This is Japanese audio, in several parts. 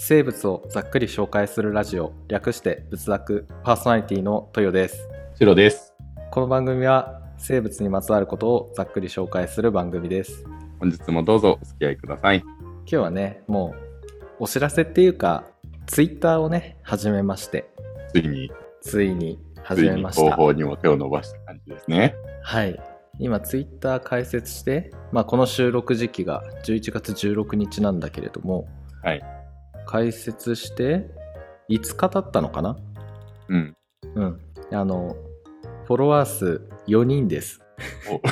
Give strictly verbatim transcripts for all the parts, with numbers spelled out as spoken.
生物をざっくり紹介するラジオ、略して仏作、パーソナリティの豊です。 シロです。 この番組は生物にまつわることをざっくり紹介する番組です。 本日もどうぞお付き合いください。 今日はね、もうお知らせっていうかツイッターをね始めまして、 ついについに始めました。 ついに広報にも手を伸ばした感じですね。 はい。今ツイッター開設して、まあ、この収録時期がじゅういちがつじゅうろくにちなんだけれども、 はい。 開設していつか経ったのかな。 うんうんあのフォロワー数よにんです。 お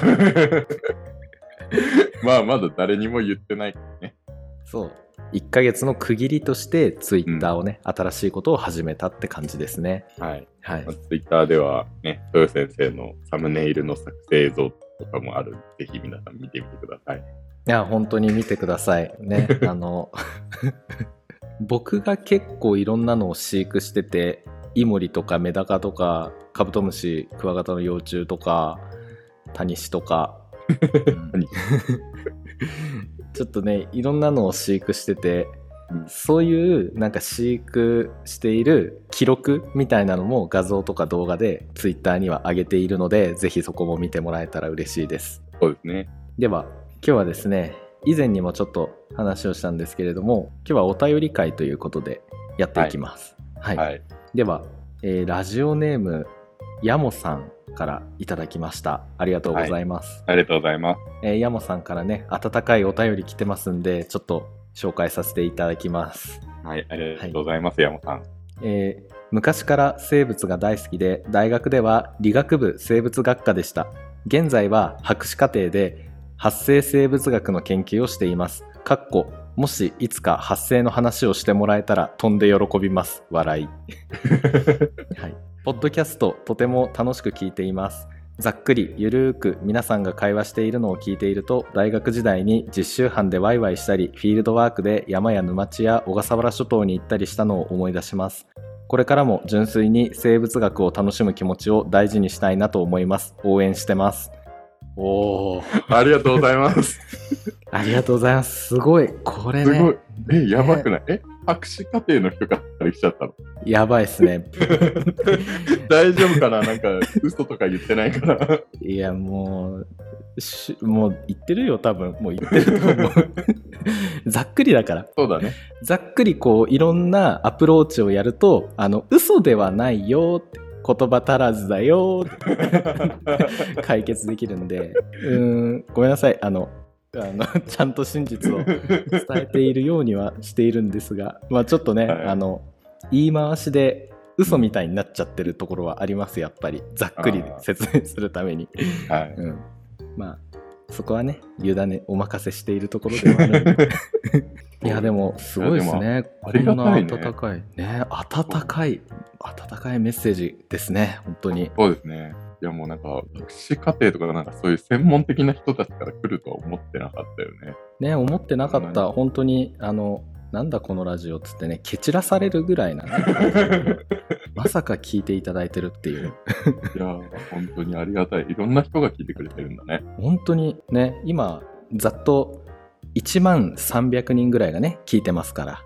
まあまだ誰にも言ってないからね。 そういっかげつの区切りとしてツイッターをね、うん、新しいことを始めたって感じですね。 はい、 はいまあ、ツイッターではね、豊先生のサムネイルの作成映像とかもあるので、ぜひ皆さん見てみてください。 いや本当に見てくださいね。あの僕が結構いろんなのを飼育してて、イモリとかメダカとかカブトムシ、クワガタの幼虫とかタニシとか、うん、ちょっとねいろんなのを飼育してて、そういうなんか飼育している記録みたいなのも画像とか動画でツイッターには上げているので、ぜひそこも見てもらえたら嬉しいです。 そうですね。 では今日はですね、以前にもちょっと話をしたんですけれども、今日はお便り会ということでやっていきます。はい、はいはい、では、えー、ラジオネームヤモさんからいただきました。ありがとうございます。 はい、ありがとうございます。 えー、ヤモさんからね温かいお便り来てますんで、ちょっと紹介させていただきます。 はい、ありがとうございます、はい、ヤモさん。 えー、昔から生物が大好きで、大学では理学部生物学科でした。現在は博士課程で発生生物学の研究をしています。かっこもしいつか発生の話をしてもらえたら飛んで喜びます。笑い、はい、ポッドキャストとても楽しく聞いています。ざっくりゆるーく皆さんが会話しているのを聞いていると、大学時代に実習班でワイワイしたり、フィールドワークで山や沼地や小笠原諸島に行ったりしたのを思い出します。これからも純粋に生物学を楽しむ気持ちを大事にしたいなと思います。応援してます。おー、 ありがとうございますありがとうございます。すごいこれね、 すごい、え、やばくない？え、博士課程の人から来ちゃったの？ やばいっすね大丈夫かな、なんか嘘とか言ってないからいやもうしもう言ってるよ、多分もう言ってると思うざっくりだから。 そうだね、 ざっくりこういろんなアプローチをやると、あの嘘ではないよって、言葉足らずだよ解決できるんで、うーんごめんなさい、あのあのちゃんと真実を伝えているようにはしているんですが、まあちょっとね、はい、あの言い回しで嘘みたいになっちゃってるところはあります。やっぱりざっくり説明するために、はいうん、まあそこはね委ねお任せしているところではあるんでいやでもすごいですね。こんな温かいね、温かい温かいメッセージですね。本当にそうですね。いやもうなんか博士課程とかなんかそういう専門的な人たちから来るとは思ってなかったよね。 ね、思ってなかった。本当にあのなんだこのラジオっつってね、蹴散らされるぐらいな、ね、まさか聞いていただいてるっていういや本当にありがたい。いろんな人が聞いてくれてるんだね。 本当にね、今ざっといちまんさんびゃくにんぐらいがね聞いてますから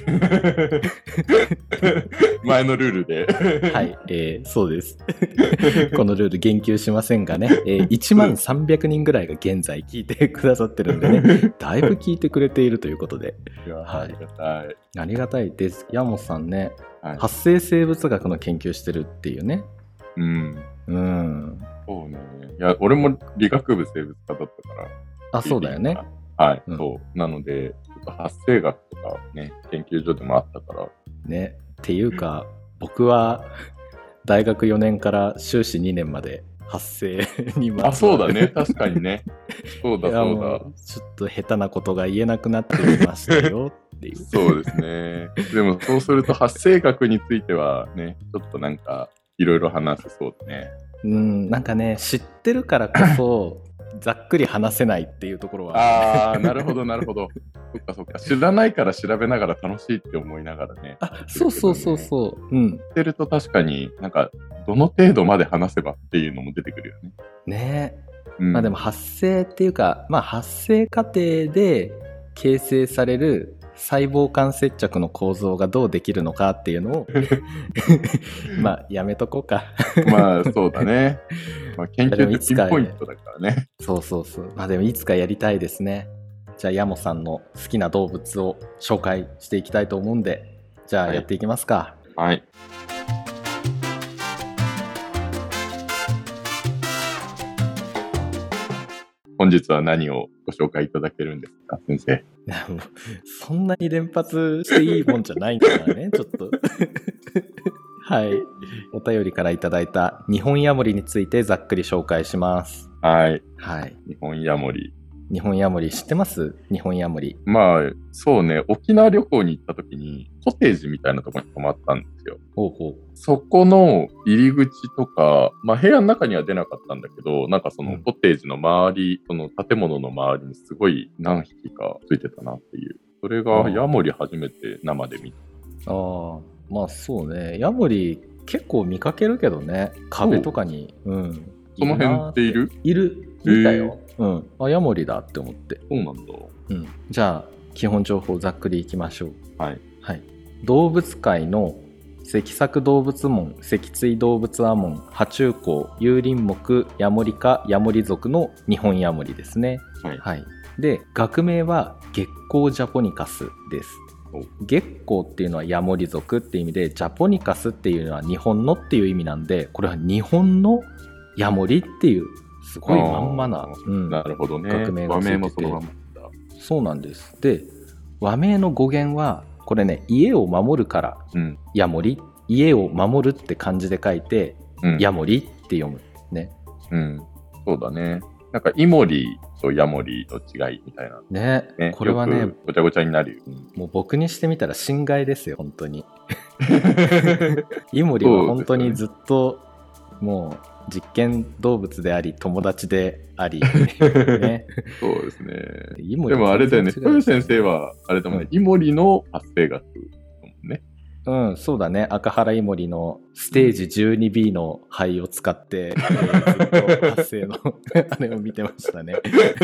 前のルールではい、えー、そうですこのルール言及しませんがね、えー、いちまんさんびゃくにんぐらいが現在聞いてくださってるんでねだいぶ聞いてくれているということで、 いや、はい、ありがたいありがたいです。山本さんね、 はい、 発生生物学の研究してるっていうね。 うんうんそうね。いや俺も理学部生物科だったから。 あ、そうだよね。 はい、うん、そうなので発生学とかね研究所でもあったからね。っていうか、うん、僕は大学よねんから修士にねんまで発生にまつわる。 あ、そうだね、確かにねそうだそうだ。 ちょっと下手なことが言えなくなってきましたよっていうそうですね。でもそうすると発生学についてはねちょっとなんかいろいろ話せそうだね。 うんなんかね知ってるからこそざっくり話せないっていうところはああなるほどなるほどそっかそっか、知らないから調べながら楽しいって思いながらね。 あ、そうそうそうそう、うん。 知ってると確かになんかどの程度まで話せばっていうのも出てくるよね。 ねえ、 うん、 まあでも発生っていうか、まあ発生過程で形成される細胞間接着の構造がどうできるのかっていうのをまあやめとこうかまあそうだね。まあ、研究ってピンポイントだからね。 そうそうそう。まあでもいつかやりたいですね。じゃあヤモさんの好きな動物を紹介していきたいと思うんで、じゃあやっていきますか。 はい。はい、本日は何をご紹介いただけるんですか、先生。 そんなに連発していいもんじゃないんだからね、ちょっと。はい。お便りからいただいたニホンヤモリについてざっくり紹介します。 はい。 はい。 ニホンヤモリ。 ニホンヤモリ知ってます？ニホンヤモリ。 まあ、そうね。沖縄旅行に行った時に、コテージみたいなところに泊まったんですよ。 ほうほう。 そこの入り口とか、まあ部屋の中には出なかったんだけど、なんかそのコテージの周り、うん、その建物の周りにすごい何匹かついてたなっていう。それがヤモリ初めて生で見た。 ああ、まあそうね。ヤモリ結構見かけるけどね。壁とかに。うん。 その辺っている？ いる。見たよ。うん。あ、ヤモリだって思って。 そうなんだ。 うん。じゃあ、基本情報ざっくりいきましょう。 はい。 はい。動物界の脊索動物門、脊椎動物亜門、爬虫綱、有林目、ヤモリ科、ヤモリ属のニホンヤモリですね。 はい。 はい、で、学名は月光ジャポニカスです。月光っていうのはヤモリ属っていう意味で、ジャポニカスっていうのは日本のっていう意味なんで、これは日本のヤモリっていうすごいまんまな、 うん、なるほどね。 学名がついてて、 和名もそのままだ。 そうなんです。で、和名の語源はこれね、家を守るから、うん、ヤモリ、家を守るって漢字で書いて、うん、ヤモリって読むね。 うん、そうだね。なんかイモリとヤモリの違いみたいな。 ね、ね、これはね、 ごちゃごちゃになるよ。 もう僕にしてみたら心外ですよ、本当に。イモリは本当にずっともう実験動物であり友達であり、ね、 そうですね。イモリでもあれだよね、豊先生はあれだもんね、うん、イモリの発生学だもんね。 うん、そうだね。赤原イモリのステージ じゅうにビー の灰を使って、うん、ずっと発生のあれを見てましたね。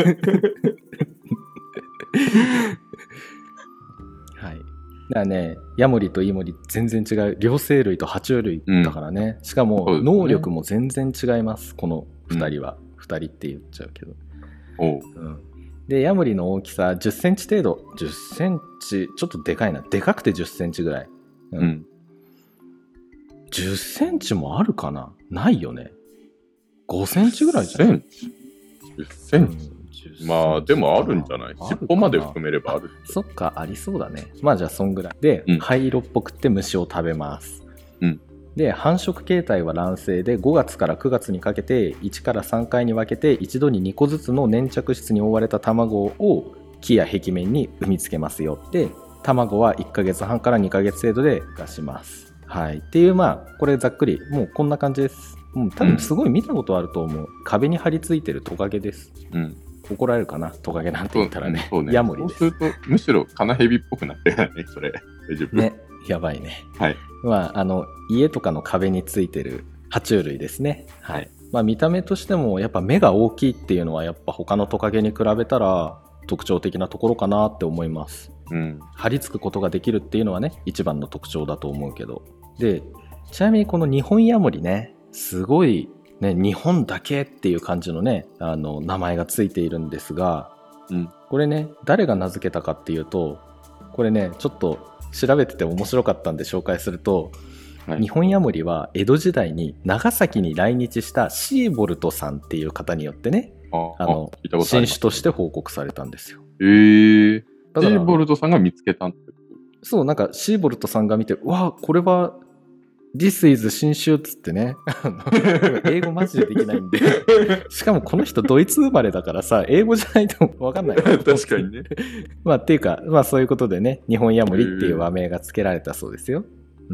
はい。だからね、ヤモリとイモリ全然違う。両生類と爬虫類だからね。うん、しかも能力も全然違います。このふたりは。ふたりって言っちゃうけど。 おう、 うん。で、ヤモリの大きさじゅっセンチ程度。じゅっセンチ、ちょっとでかいな。でかくてじゅっセンチぐらい。うんうん、じゅっセンチもあるかな？ないよね。ごセンチぐらいじゃない？ じゅっセンチ、うん、まあでもあるんじゃない？尻尾まで含めればある。 そっか、ありそうだね。まあじゃあそんぐらいで、うん、灰色っぽくって虫を食べます、 うん、 で繁殖形態は卵生でごがつからくがつにかけていちからさんかいに分けて一度ににこずつの粘着質に覆われた卵を木や壁面に産みつけますよって、卵はいっかげつはんからにかげつ程度で孵化します。はい。っていう、まあ、これざっくり、もうこんな感じです。もう多分すごい見たことあると思う。うん、壁に張り付いてるトカゲです。 うん。 怒られるかな、トカゲなんて言ったらね。 そうね。 ヤモリです。 そうすると、むしろカナヘビっぽくなってるね、それ。大丈夫。 ね、やばいね。 はい。 まあ、あの、家とかの壁についてる爬虫類ですね。はい。まあ、見た目としても、やっぱ目が大きいっていうのは、やっぱ他のトカゲに比べたら、特徴的なところかなって思います。 うん、 張り付くことができるっていうのはね、一番の特徴だと思うけど。で、ちなみにこのニホンヤモリね、すごいね、日本だけっていう感じのね、あの名前がついているんですが、 うん、 これね、誰が名付けたかっていうと、これね、ちょっと調べてて面白かったんで紹介すると、はい、ニホンヤモリは江戸時代に長崎に来日したシーボルトさんっていう方によってね、ああの新種として報告されたんですよ。 へー。シーボルトさんが見つけたんってこと？ そう、なんかシーボルトさんが見て、うわ、これは This is 新種っつってね、英語マジでできないんで、しかもこの人ドイツ生まれだからさ、英語じゃないと分かんない。 確かにね。 まあっていうか、まあそういうことでね、ニホンヤモリっていう和名が付けられたそうですよ。 うん。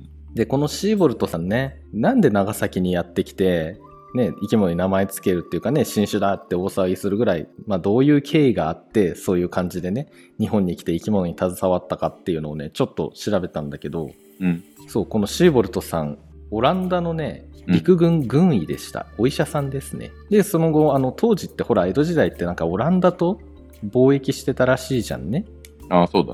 で、このシーボルトさんね、なんで長崎にやってきて、ね、生き物に名前つけるっていうかね、新種だって大騒ぎするぐらい、まあどういう経緯があって、そういう感じでね、日本に来て生き物に携わったかっていうのをね、ちょっと調べたんだけど、 うん、 そう、このシーボルトさん、オランダのね、陸軍軍医でした。うん、お医者さんですね。で、その後、あの、当時ってほら、江戸時代ってなんかオランダと貿易してたらしいじゃんね。 ああ、そうだね。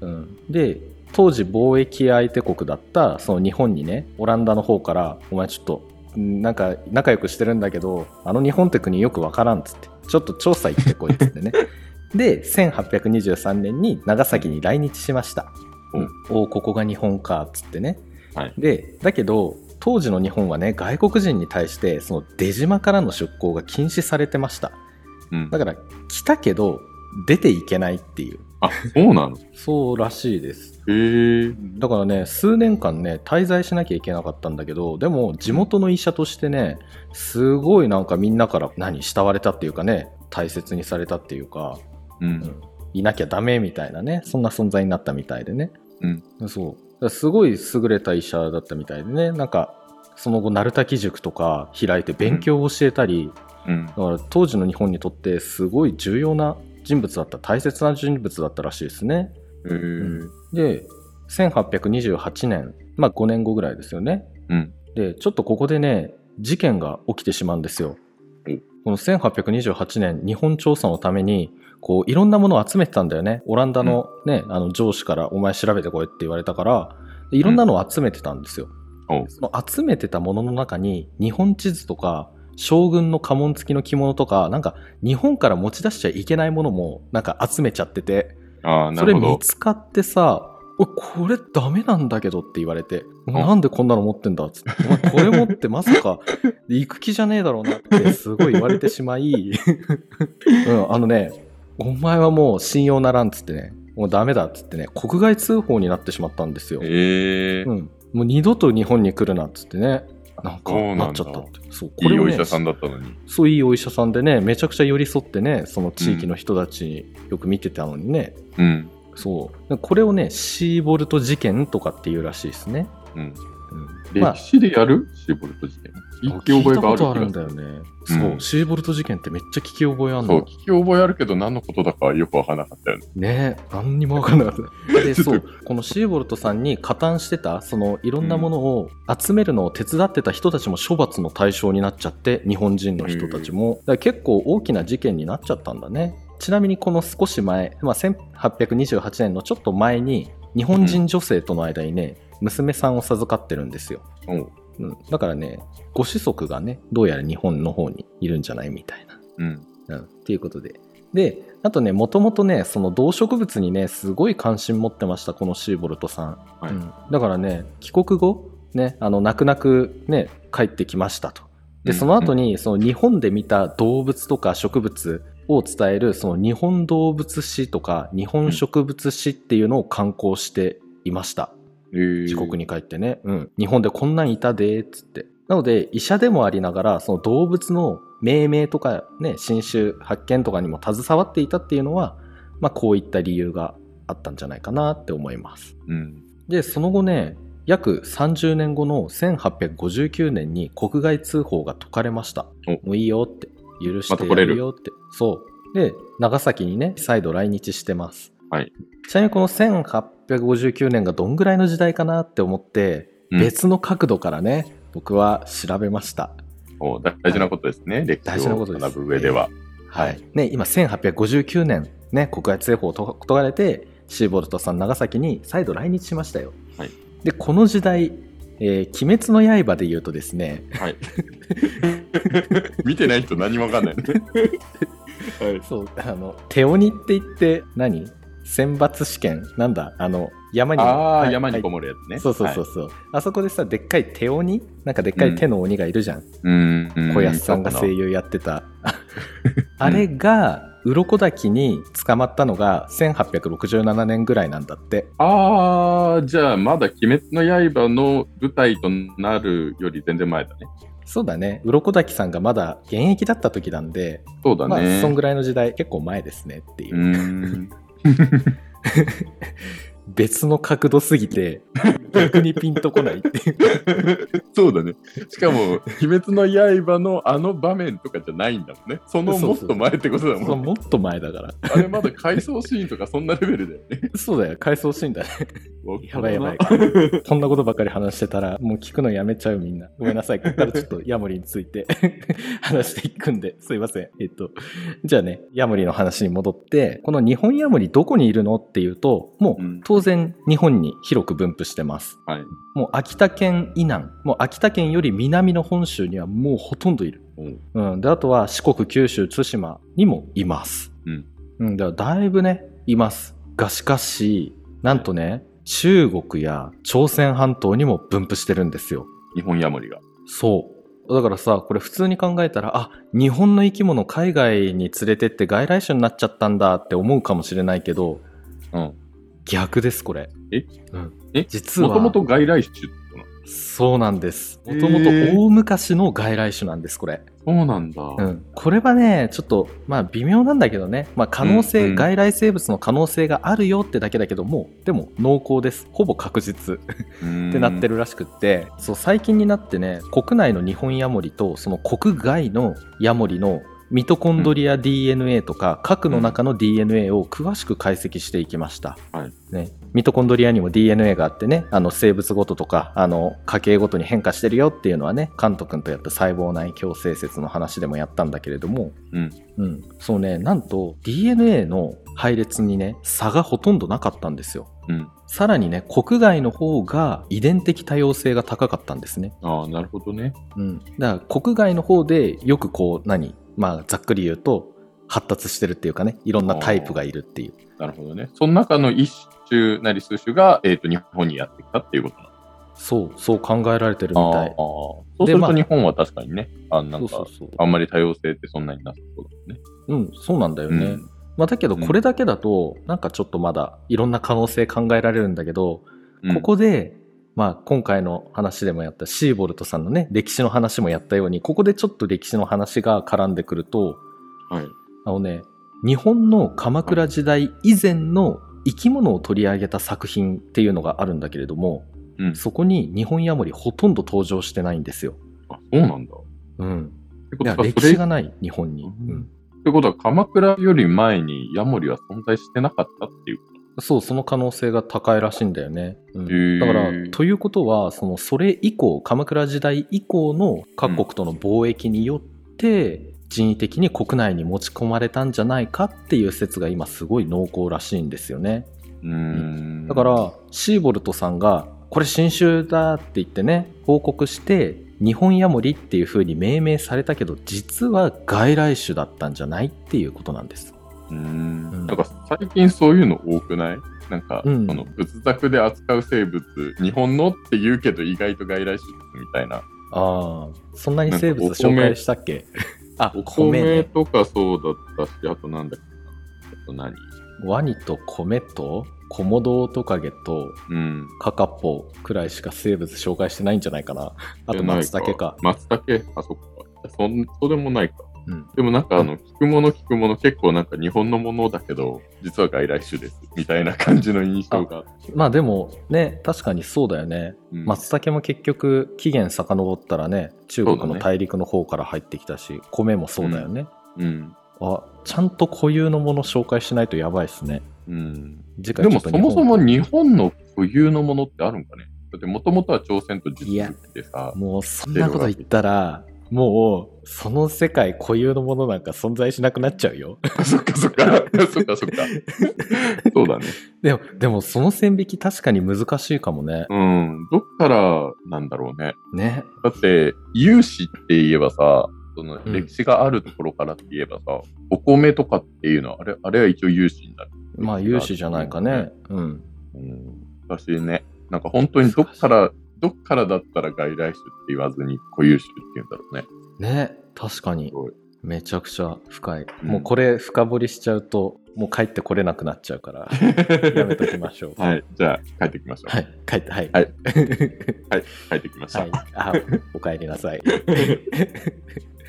うん、で当時貿易相手国だったその日本にね、オランダの方からお前ちょっとなんか仲良くしてるんだけど、あの日本って国よくわからんっつって、ちょっと調査行ってこいっつってねでせんはっぴゃくにじゅうさんねんに長崎に来日しました、うん、おここが日本かっつってね、はい、でだけど当時の日本はね、外国人に対してその出島からの出港が禁止されてました、うん、だから来たけど出ていけないっていう。 あ、そうなの？ そうらしいです。 へー。 だからね、数年間ね滞在しなきゃいけなかったんだけど、でも地元の医者としてね、すごいなんかみんなから何慕われたっていうかね、大切にされたっていうか、うんうん、いなきゃダメみたいなね、そんな存在になったみたいでね、うん、そうすごい優れた医者だったみたいでね、なんかその後鳴滝塾とか開いて勉強を教えたり、うん、だから当時の日本にとってすごい重要な人物だった、大切な人物だったらしいですね。 へー、うん、 でせんはっぴゃくにじゅうはちねん、まあごねんごぐらいですよね、うん、でちょっとここでね事件が起きてしまうんですよ、うん、このせんはっぴゃくにじゅうはちねん日本調査のためにこういろんなものを集めてたんだよね。オランダの、ね、うん、あの上司からお前調べてこいって言われたからいろんなのを集めてたんですよ、うん、その集めてたものの中に日本地図とか将軍の家紋付きの着物とか、なんか日本から持ち出しちゃいけないものもなんか集めちゃってて、 あ、 それ見つかってさ、おこれダメなんだけどって言われて、なんでこんなの持ってんだっつって、お前これ持ってまさか行く気じゃねえだろうなってすごい言われてしまい、うん、あのね、お前はもう信用ならんっつってね、もうダメだっつってね、国外通報になってしまったんですよ。 へー、 うん、もう二度と日本に来るなっつってね、なんかなっちゃったって。そう、これをね、 いいお医者さんだったのに。 そう、いいお医者さんでね、めちゃくちゃ寄り添ってね、その地域の人たちによく見てたのにね、うん、そうこれをねシーボルト事件とかっていうらしいですね、うんうん、 歴史でやる、まあ、シーボルト事件聞き覚えがある。聞いたことあるんだよね、うん、そう、シーボルト事件ってめっちゃ聞き覚えあるの。 そう、聞き覚えあるけど何のことだかよくわからなかったよね。 ねえ、何にもわからなかったでそう、このシーボルトさんに加担してたそのいろんなものを集めるのを手伝ってた人たちも処罰の対象になっちゃって、日本人の人たちもだから結構大きな事件になっちゃったんだね。ちなみにこの少し前、まあ、せんはっぴゃくにじゅうはちねんのちょっと前に日本人女性との間にね、うん、娘さんを授かってるんですよ、うん、だからねご子息がねどうやら日本の方にいるんじゃないみたいな、うんうん、っていうことで、であとねもともとねその動植物にねすごい関心持ってましたこのシーボルトさん、はい、うん、だからね帰国後ねあの泣く泣くね帰ってきましたと。でその後にその日本で見た動物とか植物を伝えるその日本動物史とか日本植物史っていうのを刊行していました、うん、自国に帰ってね、うん、日本でこんなんいたでっつって。なので医者でもありながらその動物の命名とかね新種発見とかにも携わっていたっていうのは、まあ、こういった理由があったんじゃないかなって思います、うん、でその後ね約さんじゅうねんごのせんはっぴゃくごじゅうきゅうねんに国外通報が解かれました。もういいよって許してやるよって、ま、そうで長崎にね再度来日してます、はい、ちなみにこのせんはっぴゃくごじゅうきゅうねんがどんぐらいの時代かなって思って、うん、別の角度からね僕は調べました。 お大事なことですね、はい、歴史を学ぶ上では、 はいはいね、今せんはっぴゃくごじゅうきゅうねん、ね、国外通報を解かれてシーボルトさん長崎に再度来日しましたよ、はい、でこの時代、えー、鬼滅の刃で言うとですね、はい、 見てない人何もわかんないね、 はい、そうあの手鬼って言って何選抜試験なんだあの山にあ、はい、山にこもるやつね、 そうそうそうそう、はい、あそこでさでっかい手鬼なんかでっかい手の鬼がいるじゃん、うん、小安さんが声優やってたあれが鱗滝に捕まったのがせんはっぴゃくろくじゅうななねんぐらいなんだって。 あーじゃあまだ鬼滅の刃の舞台となるより全然前だね。 そうだね、鱗滝さんがまだ現役だった時なんで、 そうだね、 まあ、そんぐらいの時代結構前ですねっていう、うーん別の角度すぎて逆にピンとこないっていうそうだね。しかも「鬼滅の刃」のあの場面とかじゃないんだもんね。そのもっと前ってことだもんね。 そうもっと前だからあれまだ回想シーンとかそんなレベルだよね。 そうだよ、回想シーンだねやばいやばいわかるなこんなことばっかり話してたらもう聞くのやめちゃうみんな。ごめんなさい。ここからちょっとヤモリについて話していくんで、すいません。えっと、じゃあね、ヤモリの話に戻って、この日本ヤモリどこにいるのっていうと、もう当然日本に広く分布してます。 はい。 もう秋田県以南、もう秋田県より南の本州にはもうほとんどいる。うん。で、あとは四国、九州、対馬にもいます。 うん。 うん。だからだいぶね、います。がしかし、なんとね、中国や朝鮮半島にも分布してるんですよ。 日本ヤモリが。 そう。だからさ、これ普通に考えたら、あ、日本の生き物海外に連れてって外来種になっちゃったんだって思うかもしれないけど、 うん。 逆です、これ。 えうん。 え実は。 もともと外来種ってことなの？ そうなんです。もともと大昔の外来種なんです、これ。 そうなんだ。 うん。これはね、ちょっと、まあ微妙なんだけどね。まあ可能性、 うんうん、 外来生物の可能性があるよってだけだけども、でも濃厚です。ほぼ確実ってなってるらしくって、そう、最近になってね、国内の日本ヤモリと、その国外のヤモリのミトコンドリア ディーエヌエー とか核の中の ディーエヌエー を詳しく解析していきました、 はいね、ミトコンドリアにも ディーエヌエー があってね、あの生物ごととかあの家系ごとに変化してるよっていうのはね、カント君とやった細胞内共生説の話でもやったんだけれども、 うんうん、そうね、なんと ディーエヌエー の配列にね差がほとんどなかったんですよ、 うん、 さらにね国外の方が遺伝的多様性が高かったんですね。 ああ、なるほどね、 うん、だから国外の方でよくこう何まあざっくり言うと発達してるっていうかね、いろんなタイプがいるっていう。 なるほどね。その中の一種なり数種が、えー、と日本にやってきたっていうことなの？ そうそう考えられてるみたい。あそうすると日本は確かにね、あなんかそうそうそうあんまり多様性ってそんなになさそうだね。 うんそうなんだよね、 うん、 まあ、だけどこれだけだとなんかちょっとまだいろんな可能性考えられるんだけど、うん、ここでまあ今回の話でもやったシーボルトさんのね歴史の話もやったように、ここでちょっと歴史の話が絡んでくると、 はい、 あのね日本の鎌倉時代以前の生き物を取り上げた作品っていうのがあるんだけれども、うん、そこに日本ヤモリほとんど登場してないんですよ。 あ、そうなんだ。 うん。 ってことは歴史がない日本に、うん。 ってことは鎌倉より前にヤモリは存在してなかったっていうこと？ そう、その可能性が高いらしいんだよね。うん、だからということはそのそれ以降鎌倉時代以降の各国との貿易によって、うん、人為的に国内に持ち込まれたんじゃないかっていう説が今すごい濃厚らしいんですよね。 うーん、 だからシーボルトさんがこれ新種だって言ってね報告して日本ヤモリっていう風に命名されたけど、実は外来種だったんじゃないっていうことなんです。 うーん、うん、なんか最近そういうの多くない？なんか、うん、この仏作で扱う生物日本のって言うけど意外と外来種ですみたいな。 ああ、そんなに生物紹介したっけ？ あ、お米とかそうだったし、あとなんだっけな、あと何？ ワニと米とコモドオオトカゲとカカポくらいしか生物紹介してないんじゃないかな。あと松茸か。 松茸？あ、そっか。そんそうでもないか。うん、でもなんかあの、聞くもの聞くもの結構なんか日本のものだけど、実は外来種ですみたいな感じの印象が。 まあでもね、確かにそうだよね。うん、松茸も結局期限遡ったらね、中国の大陸の方から入ってきたし、ね、米もそうだよね。うん。うん、あ、ちゃんと固有のもの紹介しないとやばいですね。 うん。次回でもそもそも日本の固有のものってあるんかね？だってもともとは朝鮮と実力でさ。 もうそんなこと言ったら、もうその世界固有のものなんか存在しなくなっちゃうよ。 そっかそっかそっかそっかそうだね。 でもでもその線引き確かに難しいかもね。 うん、どっからなんだろうね。 ね。 だって有志って言えばさ、その歴史があるところからって言えばさ、うん、お米とかっていうのはあれあれは一応有志になる。 まあ有志じゃないかね。うん。うん、 難しいね。なんか本当にどっからどっからだったら外来種って言わずに固有種って言うんだろうね。 ね、確かにめちゃくちゃ深い、うん、もうこれ深掘りしちゃうともう帰ってこれなくなっちゃうからやめときましょう。 はい、じゃあ帰ってきましょう。 はい、帰ってはいはい、はい、帰ってきました。はい、 あ、お帰りなさい。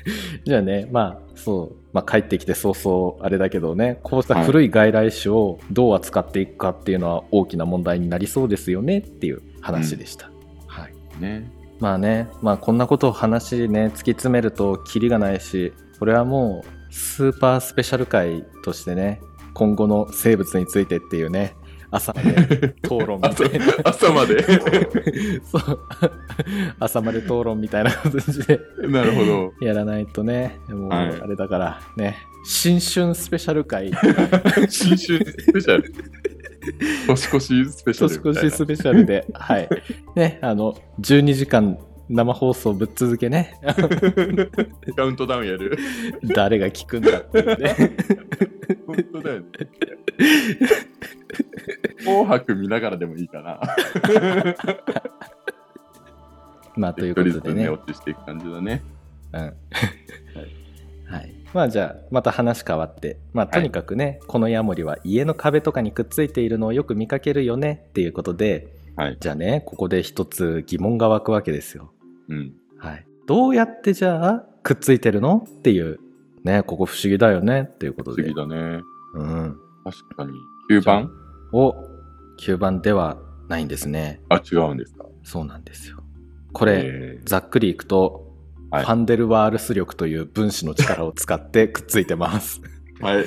じゃあね、まあそう、まあ、帰ってきて早々あれだけどね、こうした古い外来種をどう扱っていくかっていうのは大きな問題になりそうですよねっていう話でした、うん、はいね。 まあね、まあこんなことを話ね突き詰めるとキリがないし、これはもうスーパースペシャル回としてね、今後の生物についてっていうね、朝まで討論みたいな朝までそう朝まで討論みたいな形でなるほどやらないとね、もうあれだからね、はい、新春スペシャル回新春スペシャル年越しスペシャル年越しスペシャルではいね、あのじゅうにじかん生放送ぶっ続けねカウントダウンやる誰が聞くんだっていうね本当だよね紅白見ながらでもいいかなまあということでね、 寝落ちしていく感じだね。 うんはい、はい、まあじゃあまた話変わって、まあとにかくね、はい、このヤモリは家の壁とかにくっついているのをよく見かけるよねっていうことで、はい、じゃあねここで一つ疑問が湧くわけですよ。 うんはい、どうやってじゃあくっついてるのっていうね、ここ不思議だよねっていうことで。 不思議だね。 うん。 確かに吸盤お吸盤ではないんですね。 あ、違うんですか。 そうなんですよ。これざっくりいくと、はい、ファンデルワールス力という分子の力を使ってくっついてます。 はい。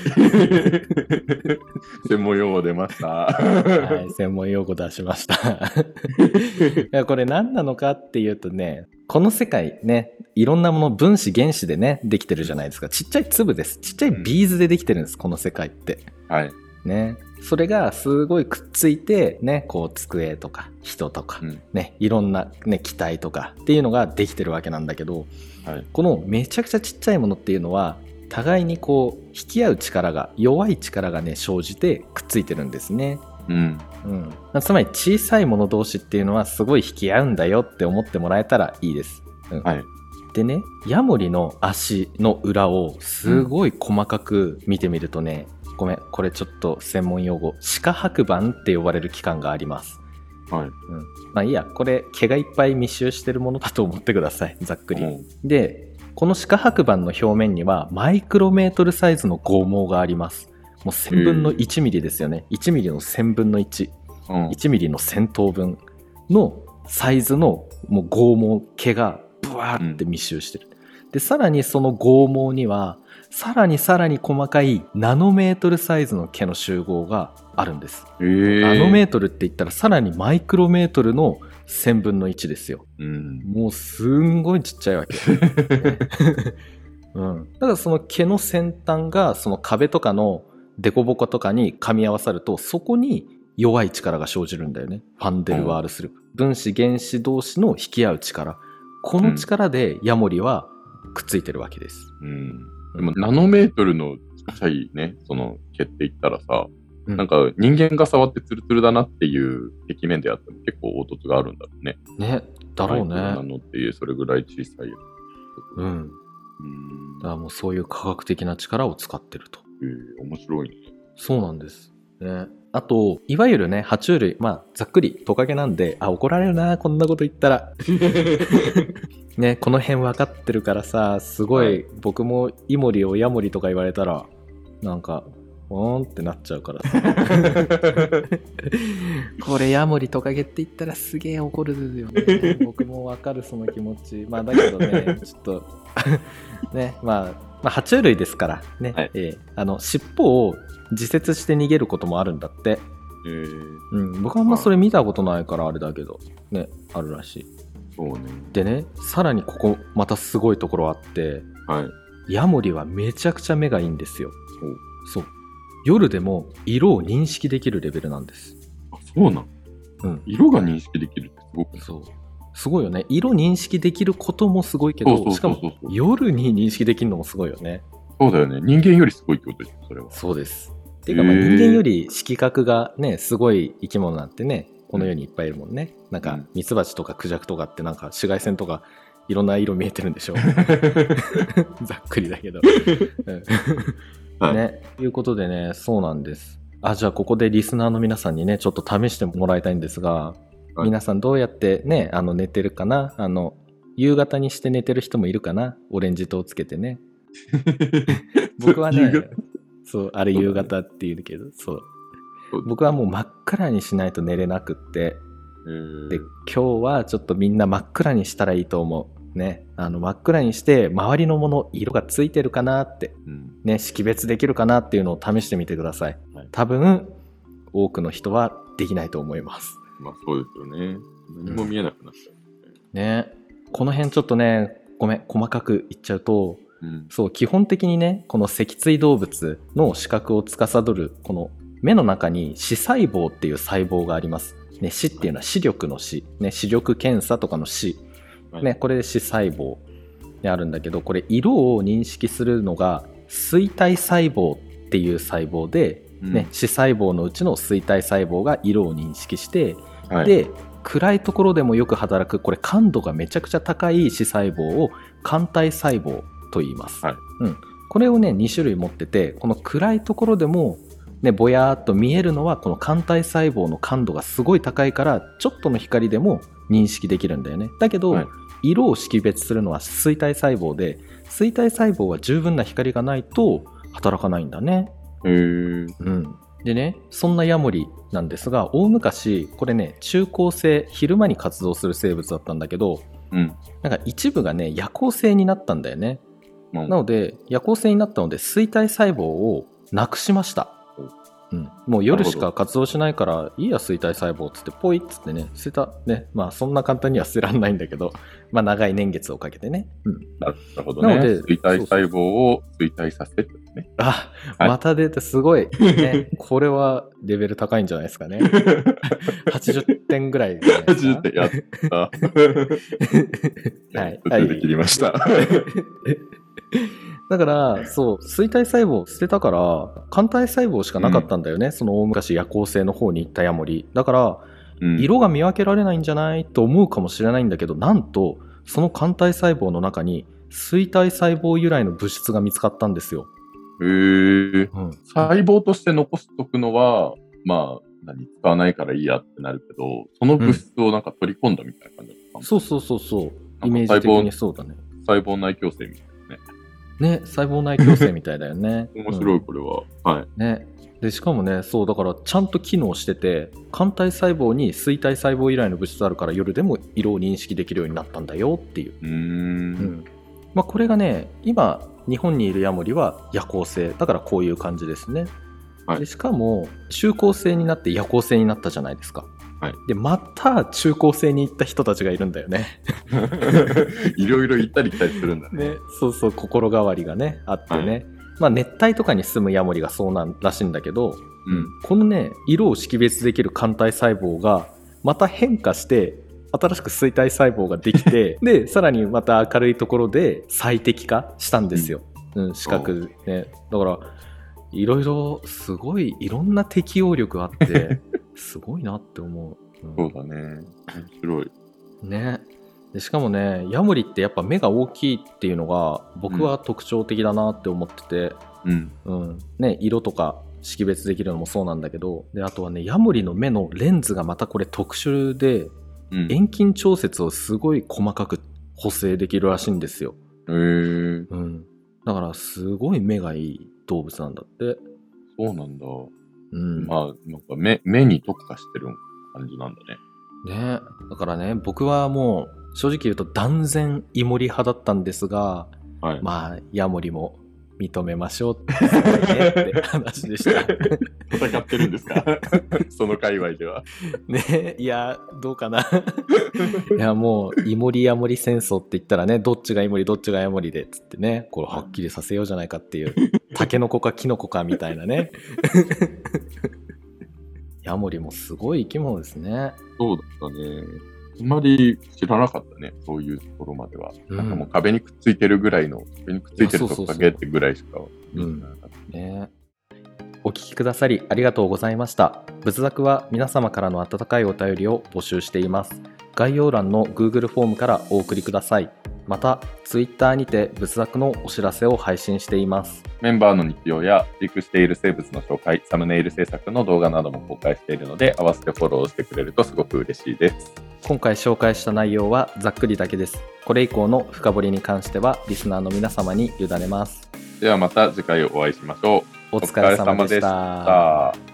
専門用語出ました。 はい、専門用語出しました。いやこれ何なのかっていうとね、この世界ね、いろんなもの分子原子でねできてるじゃないですか。ちっちゃい粒です。ちっちゃいビーズでできてるんです、この世界って。 はい。 ね。それがすごいくっついてね、こう机とか人とか、うん、ね、いろんなね機体とかっていうのができてるわけなんだけど、はい、このめちゃくちゃちっちゃいものっていうのは互いにこう引き合う力が弱い力がね生じてくっついてるんですね。 うんうん、つまり小さいもの同士っていうのはすごい引き合うんだよって思ってもらえたらいいです。うんはい、 でね、ヤモリの足の裏をすごい細かく見てみるとね、うん、ごめんこれちょっと専門用語歯科白板って呼ばれる器官があります。 はい、うん、 まあいいや、これ毛がいっぱい密集してるものだと思ってください、ざっくり。うん、でこの歯科白板の表面にはマイクロメートルサイズの剛毛があります。もうせんぶんのいちミリですよね。いちミリのせんぶんのいち、うん、いちミリのせん等分のサイズのもう剛毛毛がブワーって密集してる、うん、でさらにその剛毛にはさらにさらに細かいナノメートルサイズの毛の集合があるんです。ナノメートルって言ったらさらにマイクロメートルのせんぶんのいちですよ、うん、もうすんごいちっちゃいわけ、うん、だからその毛の先端がその壁とかのデコボコとかに噛み合わさるとそこに弱い力が生じるんだよね。ファンデルワールス力、うん、分子原子同士の引き合う力、この力でヤモリはくっついてるわけです、 うん、でもナノメートルのちっちゃいねその毛って言ったらさ、うん、なんか人間が触ってツルツルだなっていう壁面であっても結構凹凸があるんだろうね。 ね、だろうね。 ナノっていうそれぐらい小さいよ。 うん。うん。だからもうそういう科学的な力を使ってると。 えー、面白いね。 そうなんです。ね。あといわゆるね爬虫類、まあざっくりトカゲなんで、あ怒られるなこんなこと言ったら。ね、この辺分かってるからさ、すごい、はい、僕もイモリをヤモリとか言われたらなんかおーんってなっちゃうからさ。これヤモリトカゲって言ったらすげえ怒るよね。僕も分かるその気持ち。まあだけどねちょっとね、まあ、まあ爬虫類ですからね、はい、えー、あの尻尾を自節して逃げることもあるんだって。 えーうん、僕はあんまそれ見たことないからあれだけどね、あるらしい。 そうね。 でね、さらにここまたすごいところあって、 はい、 ヤモリはめちゃくちゃ目がいいんですよ。そう、夜でも色を認識できるレベルなんです。 あ、そうなん、うん、色が認識できるってすごく、 そうすごいよね。色認識できることもすごいけど、しかも夜に認識できるのもすごいよね。 そうだよね。人間よりすごいってことですよ、それは。 そうです。っていうか、まあ人間より色覚がねすごい生き物なんてねこの世にいっぱいいるもんね。うん、なんかミツバチとかクジャクとかってなんか紫外線とかいろんな色見えてるんでしょ。ざっくりだけど。はい、ね、ということでね、そうなんです。あ、じゃあここでリスナーの皆さんにねちょっと試してもらいたいんですが、はい、皆さんどうやってねあの寝てるかな。あの夕方にして寝てる人もいるかな、オレンジ灯つけてね。僕はね、そうあれ夕方って言うけど、そう僕はもう真っ暗にしないと寝れなくって、で今日はちょっとみんな真っ暗にしたらいいと思うね。あの真っ暗にして周りのもの色がついてるかなって、うん、ね、識別できるかなっていうのを試してみてください、はい、多分多くの人はできないと思います。 まあそうですよね。何も見えなくなっちゃう、 うん、ね。この辺ちょっとね、ごめん細かく言っちゃうと、うん、そう基本的にね、この脊椎動物の視覚を司るこの目の中に視細胞っていう細胞があります、ね、視っていうのは視力の視、ね、視力検査とかの視、ね、これで視細胞であるんだけど、これ色を認識するのが錐体細胞っていう細胞で、うんね、視細胞のうちの錐体細胞が色を認識して、はい、で暗いところでもよく働く、これ感度がめちゃくちゃ高い視細胞を感体細胞と言います、はい、うん、これをねに種類持ってて、この暗いところでもね、ぼやーっと見えるのはこの感体細胞の感度がすごい高いから、ちょっとの光でも認識できるんだよね。だけど、はい、色を識別するのは錐体細胞で、錐体細胞は十分な光がないと働かないんだね。 へー、 うん、でね、そんなヤモリなんですが、大昔これね中光性、昼間に活動する生物だったんだけど、うん、なんか一部がね夜光性になったんだよね、うん、なので夜光性になったので錐体細胞をなくしました。うん、もう夜しか活動しないからいいや錐体細胞っつってポイっつってね捨てたね。まあそんな簡単には捨てらんないんだけど、まあ長い年月をかけてね、うん、 なるほどね。なので錐体細胞を錐体させてですね。 あ、はい、また出てすごい、ね、これはレベル高いんじゃないですかね。はちじゅってんぐらいじゃないですか。はちじゅってんやったはい、途中で切りました。 だからそう錐体細胞捨てたから感体細胞しかなかったんだよね、うん、その大昔夜行性の方に行ったヤモリだから、うん、色が見分けられないんじゃないと思うかもしれないんだけど、なんとその感体細胞の中に錐体細胞由来の物質が見つかったんですよ。 へー、うん、細胞として残しとくのはまあ何使わないからいいやってなるけど、その物質をなんか取り込んだみたいな感じだった、 うん、そうそうそうそう、イメージ的にそうだね。 細胞内共生みたいなね、細胞内共生みたいだよね。 面白いこれは、うん、はい。 ね、でしかもね、そうだからちゃんと機能してて、感体細胞に錐体細胞由来の物質あるから夜でも色を認識できるようになったんだよっていう。 うーん、うん、 まあ、これがね、今日本にいるヤモリは夜行性だからこういう感じですね。はい、でしかも中高生になって夜行性になったじゃないですか。はい、でまた中高生に行った人たちがいるんだよね。 いろいろ行ったり来たりするんだ ね, ね。そうそう、心変わりがねあってね、はい、まあ、熱帯とかに住むヤモリがそうなんらしいんだけど、うん、このね色を識別できる感体細胞がまた変化して新しく錐体細胞ができてでさらにまた明るいところで最適化したんですよ、うんうん、視覚ね。だからいろいろすごいいろんな適応力あってすごいなって思う、 うん、そうだね、面白いね。でしかもねヤモリってやっぱ目が大きいっていうのが僕は特徴的だなって思ってて、うんうんね、色とか識別できるのもそうなんだけど、であとはねヤモリの目のレンズがまたこれ特殊で、うん、遠近調節をすごい細かく補正できるらしいんですよ。 へー、 うん、だからすごい目がいい動物なんだって。 そうなんだ。うん、まあなんか 目, 目に特化してる感じなんだね。 ね、だからね僕はもう正直言うと断然イモリ派だったんですが、はい、まあヤモリも認めましょうってすごいねって話でした。 戦ってるんですか？その界隈では。 ね、いやどうかな。いやもうイモリヤモリ戦争って言ったらね、どっちがイモリどっちがヤモリでっつってね、これはっきりさせようじゃないかっていう、タケノコかキノコかみたいなね。ヤモリもすごい生き物ですね。 そうだったね。あんまり知らなかったね、そういうところまでは。うん、なんかもう壁にくっついてるぐらいの、壁にくっついてるトカゲってぐらいしか見てなかった。 ね。お聞きくださりありがとうございました。仏作は皆様からの温かいお便りを募集しています。概要欄の Google フォームからお送りください。また Twitter にて仏作のお知らせを配信しています。 メンバーの日常や飼育している生物の紹介、サムネイル制作の動画なども公開しているので、合わせてフォローしてくれるとすごく嬉しいです。 今回紹介した内容はざっくりだけです。これ以降の深掘りに関してはリスナーの皆様に委ねます。 ではまた次回お会いしましょう。 お疲れ様でした。 お疲れ様でした。